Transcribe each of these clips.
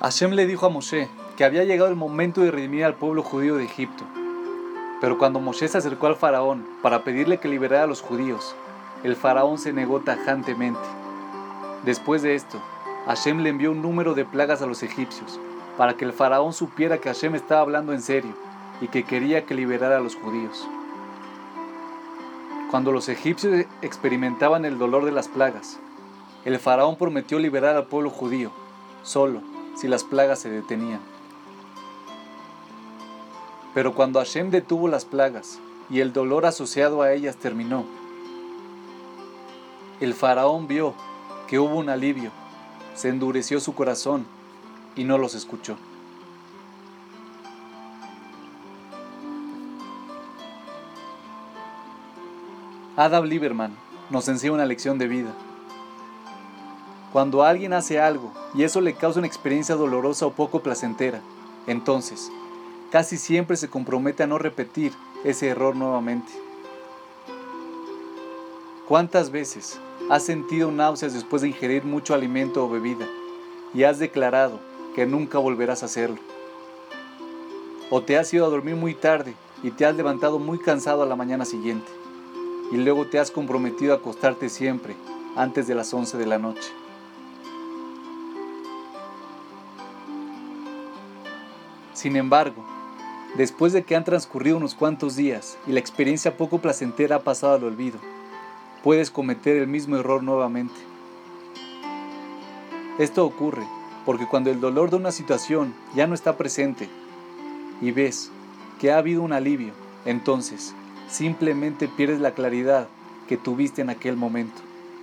Hashem le dijo a Moshe que había llegado el momento de redimir al pueblo judío de Egipto. Pero cuando Moshe se acercó al faraón para pedirle que liberara a los judíos, el faraón se negó tajantemente. Después de esto, Hashem le envió un número de plagas a los egipcios, para que el faraón supiera que Hashem estaba hablando en serio y que quería que liberara a los judíos. Cuando los egipcios experimentaban el dolor de las plagas, el faraón prometió liberar al pueblo judío, solo si las plagas se detenían. Pero cuando Hashem detuvo las plagas y el dolor asociado a ellas terminó, el faraón vio que hubo un alivio, se endureció su corazón y no los escuchó. Adam Lieberman nos enseña una lección de vida. Cuando alguien hace algo y eso le causa una experiencia dolorosa o poco placentera, entonces, casi siempre se compromete a no repetir ese error nuevamente. ¿Cuántas veces has sentido náuseas después de ingerir mucho alimento o bebida y has declarado que nunca volverás a hacerlo? ¿O te has ido a dormir muy tarde y te has levantado muy cansado a la mañana siguiente y luego te has comprometido a acostarte siempre antes de las 11 de la noche? Sin embargo, después de que han transcurrido unos cuantos días y la experiencia poco placentera ha pasado al olvido, puedes cometer el mismo error nuevamente. Esto ocurre porque cuando el dolor de una situación ya no está presente y ves que ha habido un alivio, entonces simplemente pierdes la claridad que tuviste en aquel momento.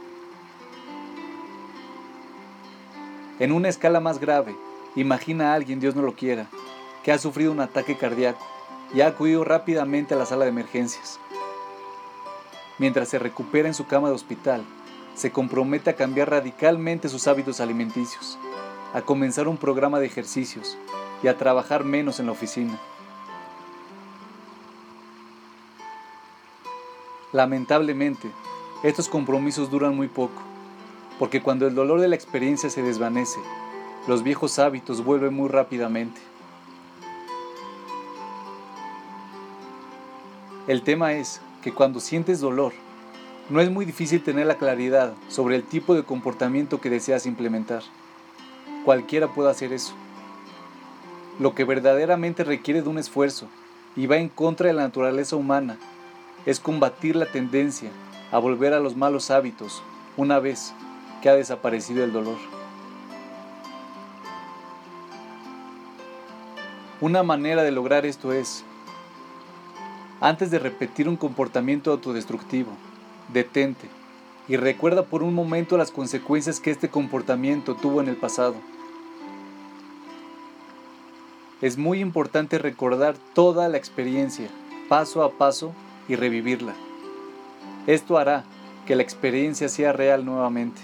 En una escala más grave, imagina a alguien, Dios no lo quiera, que ha sufrido un ataque cardíaco y ha acudido rápidamente a la sala de emergencias. Mientras se recupera en su cama de hospital, se compromete a cambiar radicalmente sus hábitos alimenticios, a comenzar un programa de ejercicios y a trabajar menos en la oficina. Lamentablemente, estos compromisos duran muy poco, porque cuando el dolor de la experiencia se desvanece, los viejos hábitos vuelven muy rápidamente. El tema es que cuando sientes dolor, no es muy difícil tener la claridad sobre el tipo de comportamiento que deseas implementar. Cualquiera puede hacer eso. Lo que verdaderamente requiere de un esfuerzo y va en contra de la naturaleza humana es combatir la tendencia a volver a los malos hábitos una vez que ha desaparecido el dolor. Una manera de lograr esto es: antes de repetir un comportamiento autodestructivo, detente y recuerda por un momento las consecuencias que este comportamiento tuvo en el pasado. Es muy importante recordar toda la experiencia, paso a paso, y revivirla. Esto hará que la experiencia sea real nuevamente.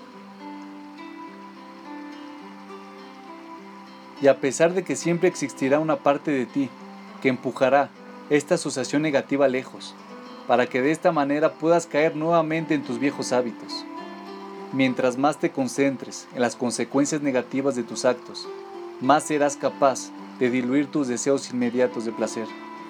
Y a pesar de que siempre existirá una parte de ti que empujará esta asociación negativa lejos, para que de esta manera puedas caer nuevamente en tus viejos hábitos. Mientras más te concentres en las consecuencias negativas de tus actos, más serás capaz de diluir tus deseos inmediatos de placer.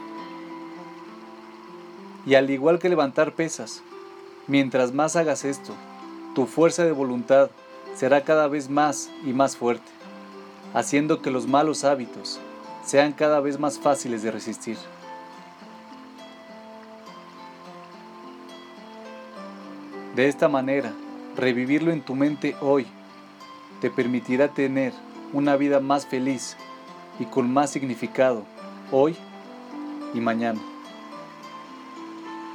Y al igual que levantar pesas, mientras más hagas esto, tu fuerza de voluntad será cada vez más y más fuerte, haciendo que los malos hábitos sean cada vez más fáciles de resistir. De esta manera, revivirlo en tu mente hoy te permitirá tener una vida más feliz y con más significado hoy y mañana.